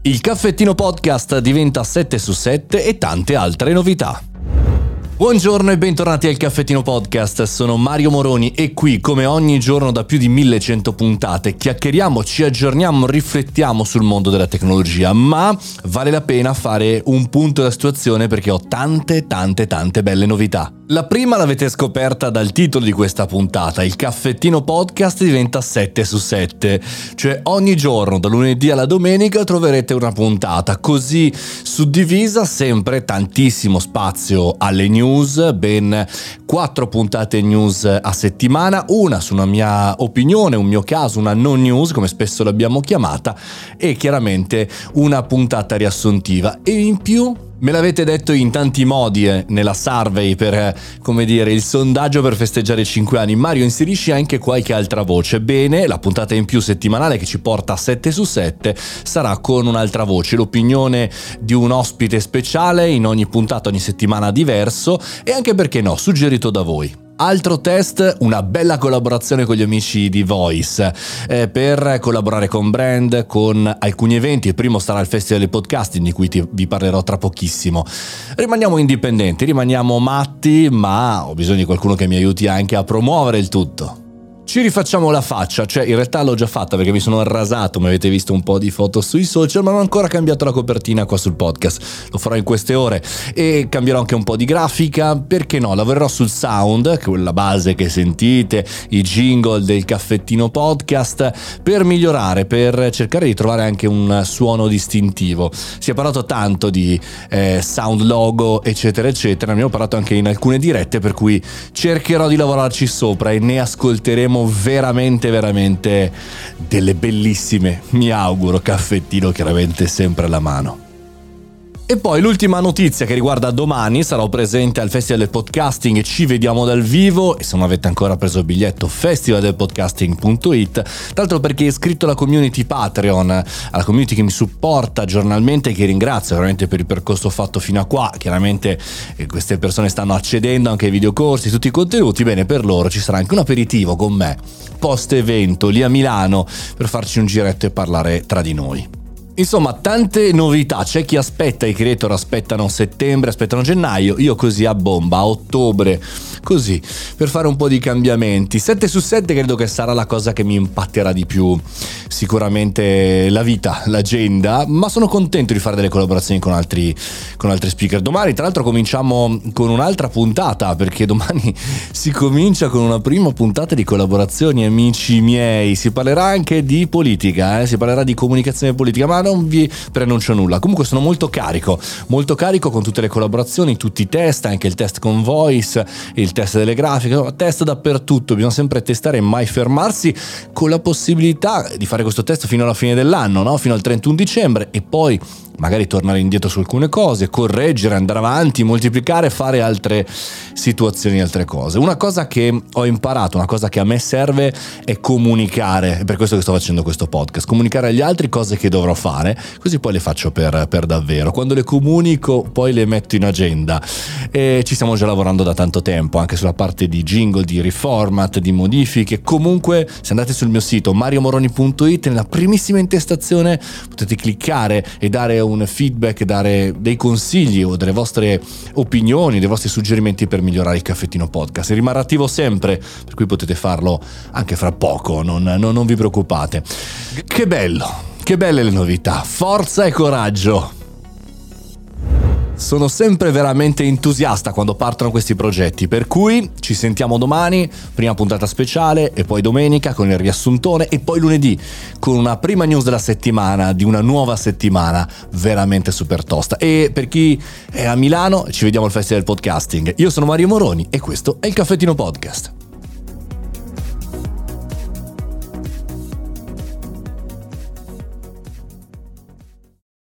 Il Caffettino Podcast diventa 7 su 7 e tante altre novità. Buongiorno e bentornati al Caffettino Podcast, sono Mario Moroni e qui, come ogni giorno da più di 1100 puntate, chiacchieriamo, ci aggiorniamo, riflettiamo sul mondo della tecnologia, ma vale la pena fare un punto della situazione perché ho tante belle novità. La prima l'avete scoperta dal titolo di questa puntata, il Caffettino Podcast diventa 7 su 7, cioè ogni giorno, da lunedì alla domenica, troverete una puntata così suddivisa, sempre tantissimo spazio alle news, ben 4 puntate news a settimana, una su una mia opinione, un mio caso, una non news, come spesso l'abbiamo chiamata, e chiaramente una puntata riassuntiva. E in più me l'avete detto in tanti modi nella survey per, come dire, il sondaggio per festeggiare i 5 anni. Mario, inserisci anche qualche altra voce. Bene, la puntata in più settimanale che ci porta a 7 su 7 sarà con un'altra voce, l'opinione di un ospite speciale in ogni puntata, ogni settimana diverso, e anche, perché no, suggerito da voi. Altro test, una bella collaborazione con gli amici di Voice per collaborare con brand, con alcuni eventi. Il primo sarà il Festival del Podcasting, di cui vi parlerò tra pochissimo. Rimaniamo indipendenti, rimaniamo matti, ma ho bisogno di qualcuno che mi aiuti anche a promuovere il tutto. Ci rifacciamo la faccia, cioè in realtà l'ho già fatta perché mi sono arrasato, mi avete visto un po' di foto sui social, ma non ho ancora cambiato la copertina qua sul podcast, lo farò in queste ore e cambierò anche un po' di grafica, perché no, lavorerò sul sound, quella base che sentite, i jingle del Caffettino Podcast, per migliorare, per cercare di trovare anche un suono distintivo. Si è parlato tanto di sound logo eccetera eccetera, ne abbiamo parlato anche in alcune dirette, per cui cercherò di lavorarci sopra e ne ascolteremo veramente delle bellissime, mi auguro. Caffettino chiaramente sempre alla mano. E poi l'ultima notizia che riguarda domani: sarò presente al Festival del Podcasting e ci vediamo dal vivo, e se non avete ancora preso il biglietto, festivaldelpodcasting.it, tra l'altro perché è iscritto alla community Patreon, alla community che mi supporta giornalmente e che ringrazio veramente per il percorso fatto fino a qua. Chiaramente queste persone stanno accedendo anche ai videocorsi, tutti i contenuti. Bene, per loro ci sarà anche un aperitivo con me post evento lì a Milano per farci un giretto e parlare tra di noi. Insomma, tante novità. C'è chi aspetta, i creator aspettano settembre, aspettano gennaio, io così a bomba, a ottobre, così, per fare un po' di cambiamenti. 7 su 7 credo che sarà la cosa che mi impatterà di più, sicuramente la vita, l'agenda, ma sono contento di fare delle collaborazioni con altri speaker. Domani tra l'altro cominciamo con un'altra puntata, perché domani si comincia con una prima puntata di collaborazioni, amici miei. Si parlerà anche di politica, si parlerà di comunicazione politica, ma non vi preannuncio nulla. Comunque sono molto carico con tutte le collaborazioni, tutti i test, anche il test con Voice, il test delle grafiche, test dappertutto. Bisogna sempre testare e mai fermarsi, con la possibilità di fare questo test fino alla fine dell'anno, no? Fino al 31 dicembre, e poi magari tornare indietro su alcune cose, correggere, andare avanti, moltiplicare, fare altre situazioni, altre cose. Una cosa che ho imparato, una cosa che a me serve, è comunicare. È per questo che sto facendo questo podcast, comunicare agli altri cose che dovrò fare, così poi le faccio per davvero. Quando le comunico poi le metto in agenda, e ci stiamo già lavorando da tanto tempo anche sulla parte di jingle, di reformat, di modifiche. Comunque, se andate sul mio sito mariomoroni.it, nella primissima intestazione potete cliccare e dare un feedback, dare dei consigli o delle vostre opinioni, dei vostri suggerimenti per migliorare il Caffettino Podcast. Rimarrà attivo sempre, per cui potete farlo anche fra poco, non vi preoccupate. Che belle le novità, forza e coraggio. Sono sempre veramente entusiasta quando partono questi progetti, per cui ci sentiamo domani, prima puntata speciale, e poi domenica con il riassuntone, e poi lunedì con una prima news della settimana, di una nuova settimana veramente super tosta. E per chi è a Milano, ci vediamo al Festival del Podcasting. Io sono Mario Moroni e questo è il Caffettino Podcast.